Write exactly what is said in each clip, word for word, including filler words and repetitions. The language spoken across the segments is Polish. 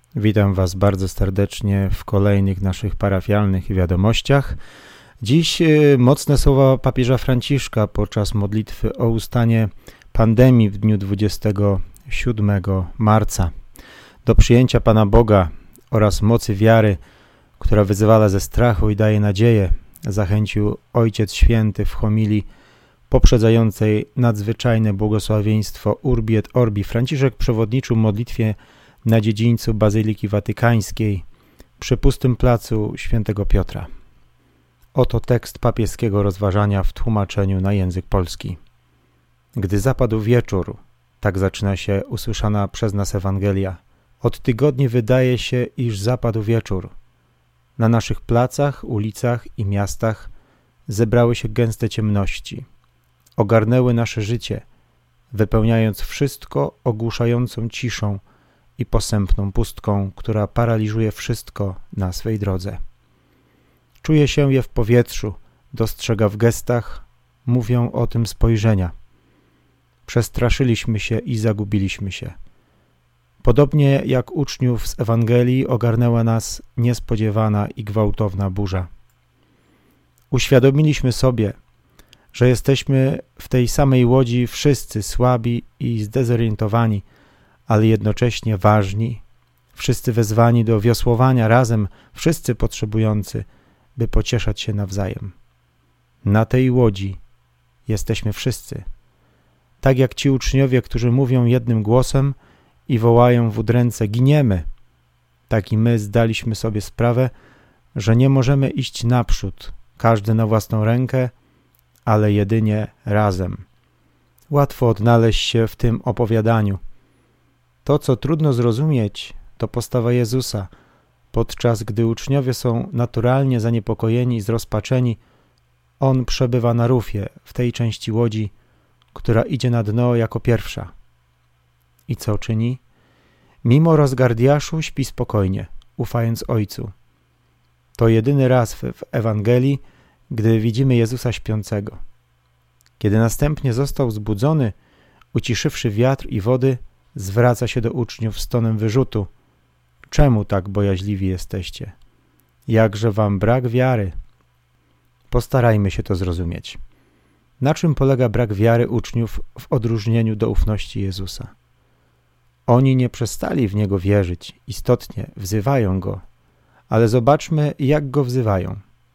Witam Was bardzo serdecznie w kolejnych naszych parafialnych wiadomościach. Dziś mocne słowa papieża Franciszka podczas modlitwy o ustanie pandemii w dniu dwudziestego siódmego marca. Do przyjęcia Pana Boga oraz mocy wiary, która wyzwala ze strachu i daje nadzieję, zachęcił Ojciec Święty w homilii poprzedzającej nadzwyczajne błogosławieństwo Urbi et Orbi. Franciszek przewodniczył modlitwie na dziedzińcu Bazyliki Watykańskiej przy pustym placu Świętego Piotra. Oto tekst papieskiego rozważania w tłumaczeniu na język polski. Gdy zapadł wieczór, tak zaczyna się usłyszana przez nas Ewangelia, od tygodni wydaje się, iż zapadł wieczór. Na naszych placach, ulicach i miastach zebrały się gęste ciemności. Ogarnęły nasze życie, wypełniając wszystko ogłuszającą ciszą i posępną pustką, która paraliżuje wszystko na swej drodze. Czuje się je w powietrzu, dostrzega w gestach, mówią o tym spojrzenia. Przestraszyliśmy się i zagubiliśmy się. Podobnie jak uczniów z Ewangelii ogarnęła nas niespodziewana i gwałtowna burza. Uświadomiliśmy sobie, że jesteśmy w tej samej łodzi wszyscy słabi i zdezorientowani, ale jednocześnie ważni, wszyscy wezwani do wiosłowania razem, wszyscy potrzebujący, by pocieszać się nawzajem. Na tej łodzi jesteśmy wszyscy. Tak jak ci uczniowie, którzy mówią jednym głosem i wołają w udręce: giniemy, tak i my zdaliśmy sobie sprawę, że nie możemy iść naprzód, każdy na własną rękę, ale jedynie razem. Łatwo odnaleźć się w tym opowiadaniu. To, co trudno zrozumieć, to postawa Jezusa. Podczas gdy uczniowie są naturalnie zaniepokojeni i zrozpaczeni, On przebywa na rufie, w tej części łodzi, która idzie na dno jako pierwsza. I co czyni? Mimo rozgardiaszu śpi spokojnie, ufając Ojcu. To jedyny raz w Ewangelii, gdy widzimy Jezusa śpiącego. Kiedy następnie został zbudzony, uciszywszy wiatr i wody, zwraca się do uczniów z tonem wyrzutu. Czemu tak bojaźliwi jesteście? Jakże wam brak wiary? Postarajmy się to zrozumieć. Na czym polega brak wiary uczniów w odróżnieniu do ufności Jezusa? Oni nie przestali w Niego wierzyć, istotnie wzywają Go, ale zobaczmy, jak Go wzywają.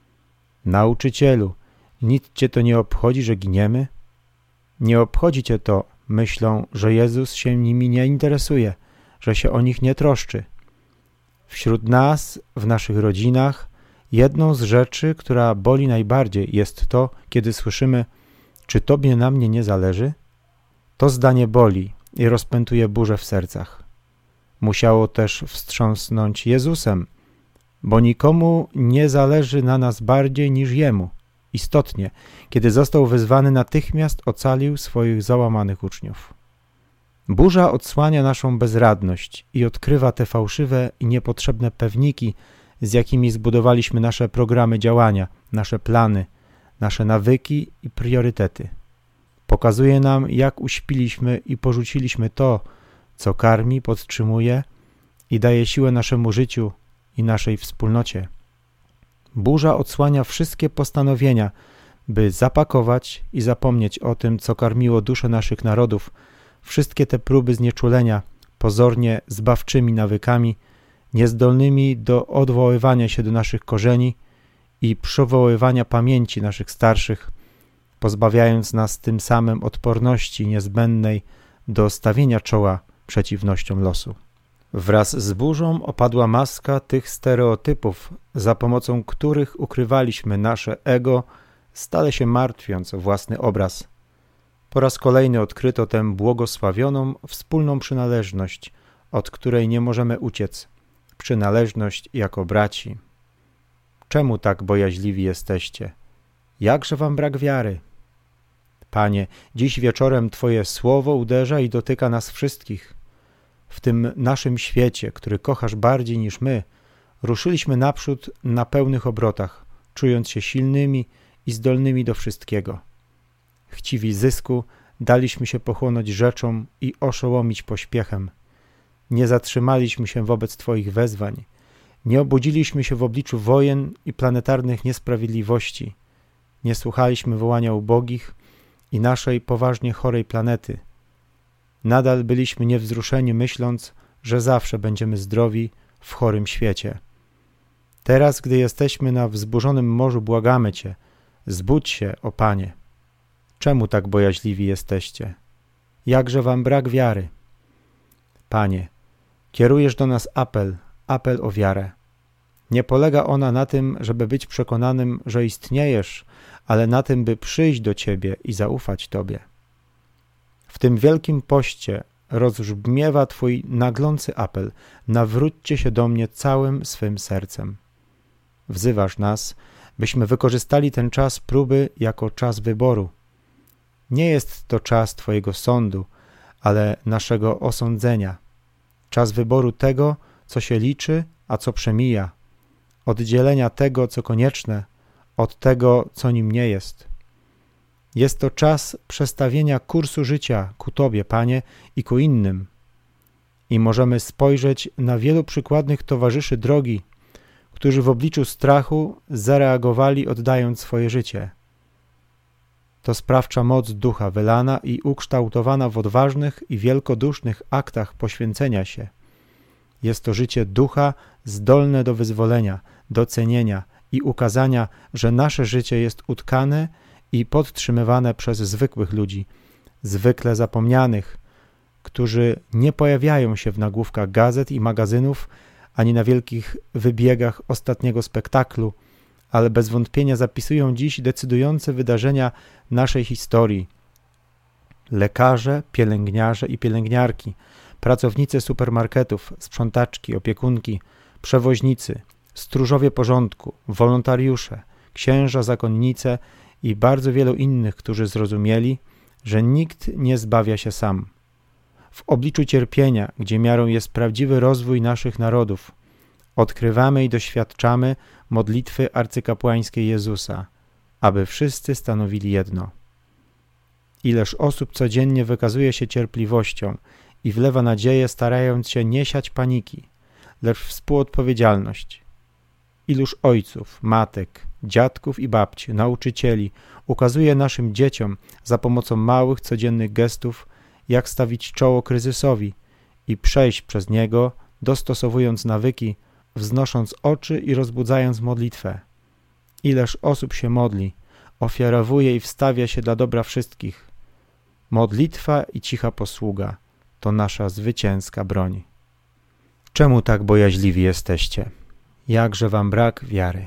Nauczycielu, nic Cię to nie obchodzi, że giniemy? Nie obchodzi Cię to, myślą, że Jezus się nimi nie interesuje, że się o nich nie troszczy. Wśród nas, w naszych rodzinach, jedną z rzeczy, która boli najbardziej, jest to, kiedy słyszymy: czy Tobie na mnie nie zależy? To zdanie boli i rozpętuje burzę w sercach. Musiało też wstrząsnąć Jezusem, bo nikomu nie zależy na nas bardziej niż Jemu. Istotnie, kiedy został wezwany, natychmiast ocalił swoich załamanych uczniów. Burza odsłania naszą bezradność i odkrywa te fałszywe i niepotrzebne pewniki, z jakimi zbudowaliśmy nasze programy działania, nasze plany, nasze nawyki i priorytety. Pokazuje nam, jak uśpiliśmy i porzuciliśmy to, co karmi, podtrzymuje i daje siłę naszemu życiu i naszej wspólnocie. Burza odsłania wszystkie postanowienia, by zapakować i zapomnieć o tym, co karmiło dusze naszych narodów, wszystkie te próby znieczulenia pozornie zbawczymi nawykami, niezdolnymi do odwoływania się do naszych korzeni i przywoływania pamięci naszych starszych, pozbawiając nas tym samym odporności niezbędnej do stawienia czoła przeciwnościom losu. Wraz z burzą opadła maska tych stereotypów, za pomocą których ukrywaliśmy nasze ego, stale się martwiąc o własny obraz. Po raz kolejny odkryto tę błogosławioną, wspólną przynależność, od której nie możemy uciec. Przynależność jako braci. Czemu tak bojaźliwi jesteście? Jakże wam brak wiary? Panie, dziś wieczorem Twoje słowo uderza i dotyka nas wszystkich. W tym naszym świecie, który kochasz bardziej niż my, ruszyliśmy naprzód na pełnych obrotach, czując się silnymi i zdolnymi do wszystkiego. Chciwi zysku, daliśmy się pochłonąć rzeczom i oszołomić pośpiechem. Nie zatrzymaliśmy się wobec Twoich wezwań. Nie obudziliśmy się w obliczu wojen i planetarnych niesprawiedliwości. Nie słuchaliśmy wołania ubogich i naszej poważnie chorej planety. Nadal byliśmy niewzruszeni, myśląc, że zawsze będziemy zdrowi w chorym świecie. Teraz, gdy jesteśmy na wzburzonym morzu, błagamy Cię, zbudź się, o Panie. Czemu tak bojaźliwi jesteście? Jakże wam brak wiary? Panie, kierujesz do nas apel, apel o wiarę. Nie polega ona na tym, żeby być przekonanym, że istniejesz, ale na tym, by przyjść do Ciebie i zaufać Tobie. W tym wielkim poście rozbrzmiewa Twój naglący apel: nawróćcie się do mnie całym swym sercem. Wzywasz nas, byśmy wykorzystali ten czas próby jako czas wyboru. Nie jest to czas Twojego sądu, ale naszego osądzenia. Czas wyboru tego, co się liczy, a co przemija. Oddzielenia tego, co konieczne, od tego, co nim nie jest. Jest to czas przestawienia kursu życia ku Tobie, Panie, i ku innym. I możemy spojrzeć na wielu przykładnych towarzyszy drogi, którzy w obliczu strachu zareagowali, oddając swoje życie. To sprawcza moc Ducha wylana i ukształtowana w odważnych i wielkodusznych aktach poświęcenia się. Jest to życie Ducha zdolne do wyzwolenia, docenienia i ukazania, że nasze życie jest utkane i podtrzymywane przez zwykłych ludzi, zwykle zapomnianych, którzy nie pojawiają się w nagłówkach gazet i magazynów, ani na wielkich wybiegach ostatniego spektaklu, ale bez wątpienia zapisują dziś decydujące wydarzenia naszej historii. Lekarze, pielęgniarze i pielęgniarki, pracownicy supermarketów, sprzątaczki, opiekunki, przewoźnicy, stróżowie porządku, wolontariusze, księża, zakonnice i bardzo wielu innych, którzy zrozumieli, że nikt nie zbawia się sam. W obliczu cierpienia, gdzie miarą jest prawdziwy rozwój naszych narodów, odkrywamy i doświadczamy modlitwy arcykapłańskiej Jezusa, aby wszyscy stanowili jedno. Ileż osób codziennie wykazuje się cierpliwością i wlewa nadzieję, starając się nie siać paniki, lecz współodpowiedzialność. Iluż ojców, matek, dziadków i babci, nauczycieli ukazuje naszym dzieciom za pomocą małych, codziennych gestów, jak stawić czoło kryzysowi i przejść przez niego, dostosowując nawyki, wznosząc oczy i rozbudzając modlitwę. Ileż osób się modli, ofiarowuje i wstawia się dla dobra wszystkich. Modlitwa i cicha posługa to nasza zwycięska broń. Czemu tak bojaźliwi jesteście? Jakże wam brak wiary?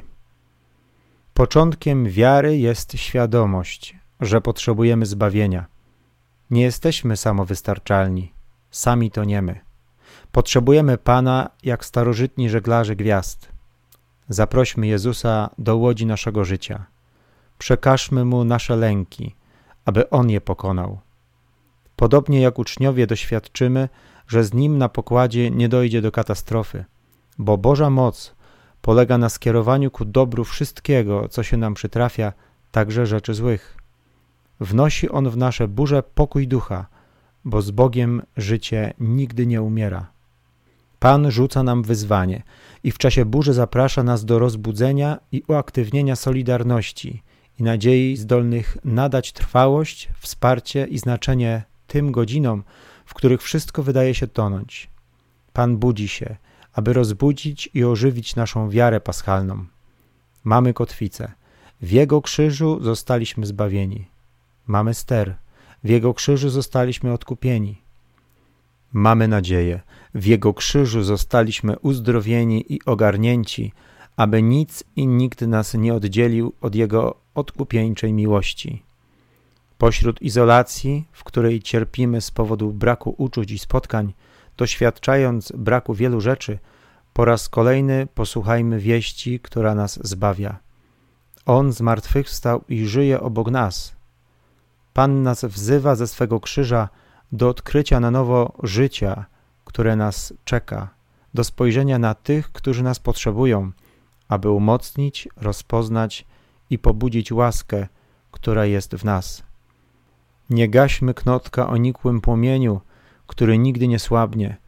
Początkiem wiary jest świadomość, że potrzebujemy zbawienia. Nie jesteśmy samowystarczalni, sami toniemy. Potrzebujemy Pana jak starożytni żeglarze gwiazd. Zaprośmy Jezusa do łodzi naszego życia. Przekażmy Mu nasze lęki, aby On je pokonał. Podobnie jak uczniowie doświadczymy, że z Nim na pokładzie nie dojdzie do katastrofy, bo Boża moc polega na skierowaniu ku dobru wszystkiego, co się nam przytrafia, także rzeczy złych. Wnosi On w nasze burze pokój ducha, bo z Bogiem życie nigdy nie umiera. Pan rzuca nam wyzwanie i w czasie burzy zaprasza nas do rozbudzenia i uaktywnienia solidarności i nadziei zdolnych nadać trwałość, wsparcie i znaczenie tym godzinom, w których wszystko wydaje się tonąć. Pan budzi się, aby rozbudzić i ożywić naszą wiarę paschalną. Mamy kotwicę. W Jego krzyżu zostaliśmy zbawieni. Mamy ster. W Jego krzyżu zostaliśmy odkupieni. Mamy nadzieję. W Jego krzyżu zostaliśmy uzdrowieni i ogarnięci, aby nic i nikt nas nie oddzielił od Jego odkupieńczej miłości. Pośród izolacji, w której cierpimy z powodu braku uczuć i spotkań, doświadczając braku wielu rzeczy, po raz kolejny posłuchajmy wieści, która nas zbawia. On zmartwychwstał i żyje obok nas. Pan nas wzywa ze swego krzyża do odkrycia na nowo życia, które nas czeka, do spojrzenia na tych, którzy nas potrzebują, aby umocnić, rozpoznać i pobudzić łaskę, która jest w nas. Nie gaśmy knotka o nikłym płomieniu, który nigdy nie słabnie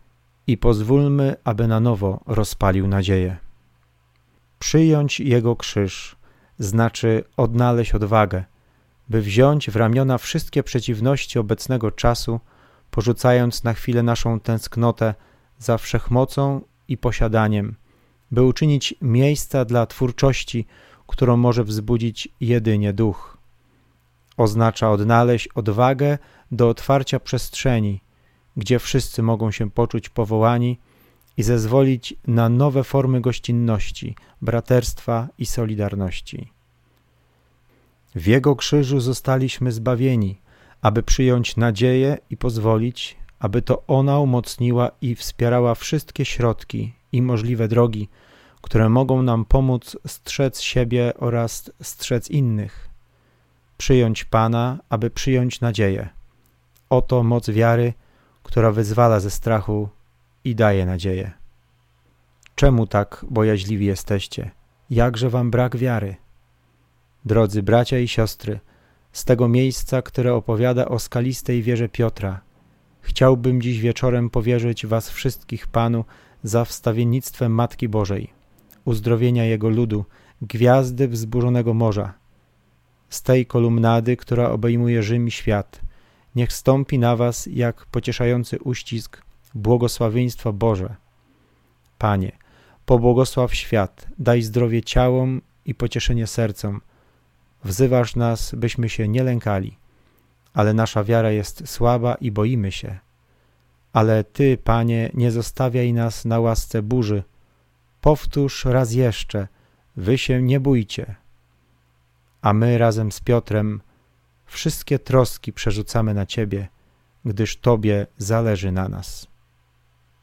i pozwólmy, aby na nowo rozpalił nadzieję. Przyjąć Jego krzyż znaczy odnaleźć odwagę, by wziąć w ramiona wszystkie przeciwności obecnego czasu, porzucając na chwilę naszą tęsknotę za wszechmocą i posiadaniem, by uczynić miejsca dla twórczości, którą może wzbudzić jedynie duch. Oznacza odnaleźć odwagę do otwarcia przestrzeni, gdzie wszyscy mogą się poczuć powołani i zezwolić na nowe formy gościnności, braterstwa i solidarności. W Jego krzyżu zostaliśmy zbawieni, aby przyjąć nadzieję i pozwolić, aby to ona umocniła i wspierała wszystkie środki i możliwe drogi, które mogą nam pomóc strzec siebie oraz strzec innych. Przyjąć Pana, aby przyjąć nadzieję. Oto moc wiary, która wyzwala ze strachu i daje nadzieję. Czemu tak bojaźliwi jesteście? Jakże wam brak wiary? Drodzy bracia i siostry, z tego miejsca, które opowiada o skalistej wierze Piotra, chciałbym dziś wieczorem powierzyć was wszystkich Panu za wstawiennictwem Matki Bożej, uzdrowienia Jego ludu, gwiazdy wzburzonego morza. Z tej kolumnady, która obejmuje Rzym i świat, niech stąpi na was jak pocieszający uścisk błogosławieństwo Boże. Panie, pobłogosław świat, daj zdrowie ciałom i pocieszenie sercom. Wzywasz nas, byśmy się nie lękali, ale nasza wiara jest słaba i boimy się. Ale Ty, Panie, nie zostawiaj nas na łasce burzy. Powtórz raz jeszcze, wy się nie bójcie. A my razem z Piotrem wszystkie troski przerzucamy na Ciebie, gdyż Tobie zależy na nas.